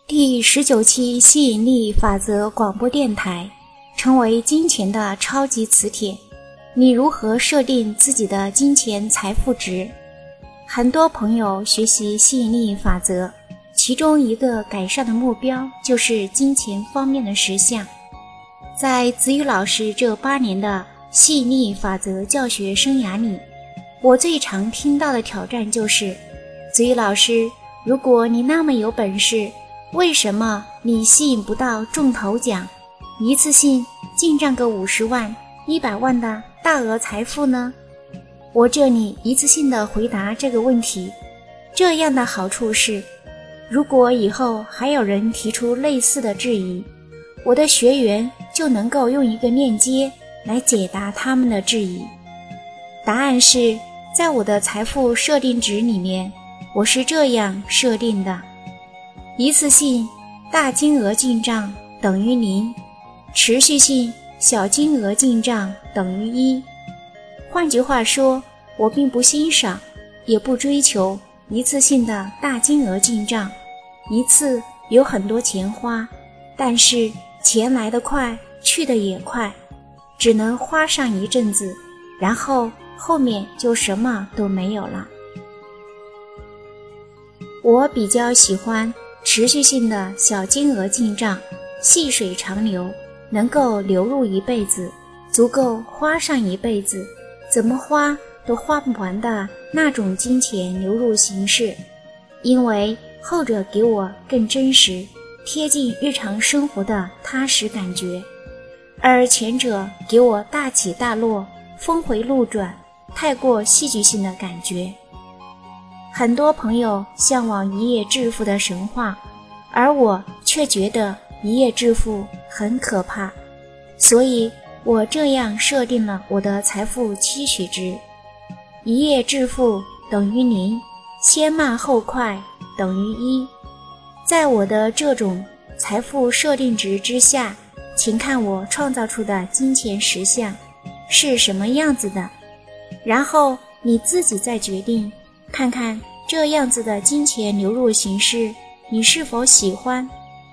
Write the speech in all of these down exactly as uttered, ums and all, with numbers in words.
第十九期吸引力法则广播电台，成为金钱的超级磁铁。你如何设定自己的金钱财富值？很多朋友学习吸引力法则，其中一个改善的目标就是金钱方面的实相。在子宇老师这八年的吸引力法则教学生涯里，我最常听到的挑战就是，子宇老师，如果你那么有本事，为什么你吸引不到中头奖，一次性进账个五十万、一百万的大额财富呢？我这里一次性的回答这个问题。这样的好处是，如果以后还有人提出类似的质疑，我的学员就能够用一个链接来解答他们的质疑。答案是在我的财富设定值里面，我是这样设定的：一次性大金额进账等于零，持续性小金额进账等于一。换句话说，我并不欣赏也不追求一次性的大金额进账，一次有很多钱花，但是钱来得快，去得也快，只能花上一阵子，然后后面就什么都没有了。我比较喜欢持续性的小金额进账，细水长流，能够流入一辈子，足够花上一辈子，怎么花都花不完的那种金钱流入形式。因为后者给我更真实、贴近日常生活的踏实感觉，而前者给我大起大落、峰回路转、太过戏剧性的感觉。很多朋友向往一夜致富的神话，而我却觉得一夜致富很可怕，所以我这样设定了我的财富期许值：一夜致富等于零，先慢后快等于一。在我的这种财富设定值之下，请看我创造出的金钱实相是什么样子的，然后你自己再决定，看看这样子的金钱流入形式你是否喜欢。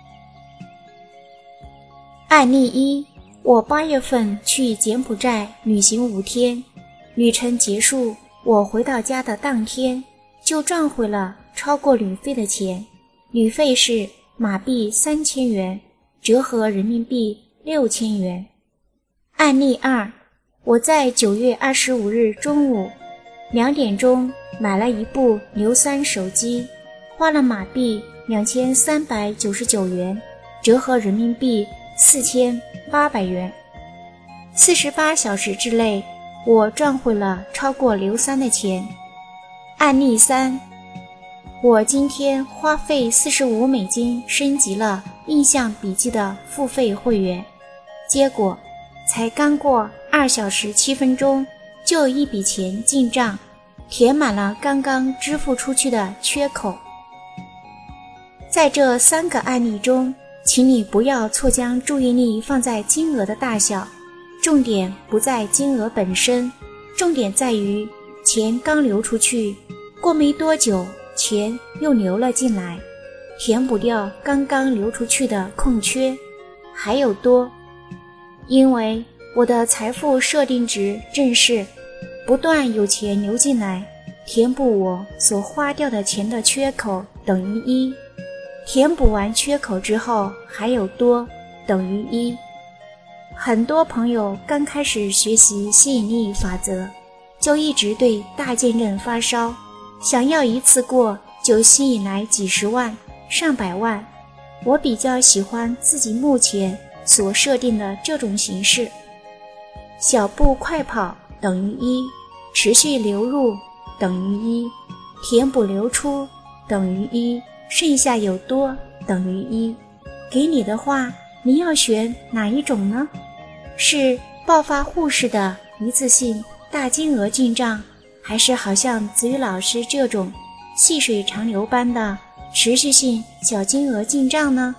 案例一，我八月份去柬埔寨旅行五天，旅程结束，我回到家的当天就赚回了超过旅费的钱，旅费是马币三千元，折合人民币六千元。案例二，我在九月二十五日中午两点钟买了一部硫酸手机，花了马币两千三百九十九元，折合人民币四千八百元。四十八小时之内，我赚回了超过硫酸的钱。案例三，我今天花费四十五美金升级了印象笔记的付费会员，结果才刚过二小时七分钟，就有一笔钱进账，填满了刚刚支付出去的缺口。在这三个案例中，请你不要错将注意力放在金额的大小，重点不在金额本身，重点在于钱刚流出去，过没多久钱又流了进来，填补掉刚刚流出去的空缺，还有多。因为我的财富设定值正是不断有钱流进来，填补我所花掉的钱的缺口等于一，填补完缺口之后还有多等于一。很多朋友刚开始学习吸引力法则，就一直对大见证发烧，想要一次过就吸引来几十万、上百万。我比较喜欢自己目前所设定的这种形式：小步快跑等于一，持续流入等于一，填补流出等于一，剩下有多等于一。给你的话，你要选哪一种呢？是暴发户式的一次性大金额进账，还是好像子宇老师这种细水长流般的持续性小金额进账呢？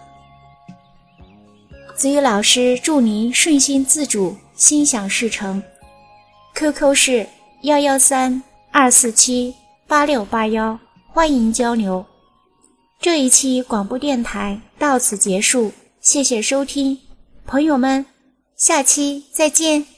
子宇老师祝您顺心自主，心想事成。 Q Q 是一一三二四七八六八一，欢迎交流。 这一期广播电台到此结束，谢谢收听，朋友们，下期再见。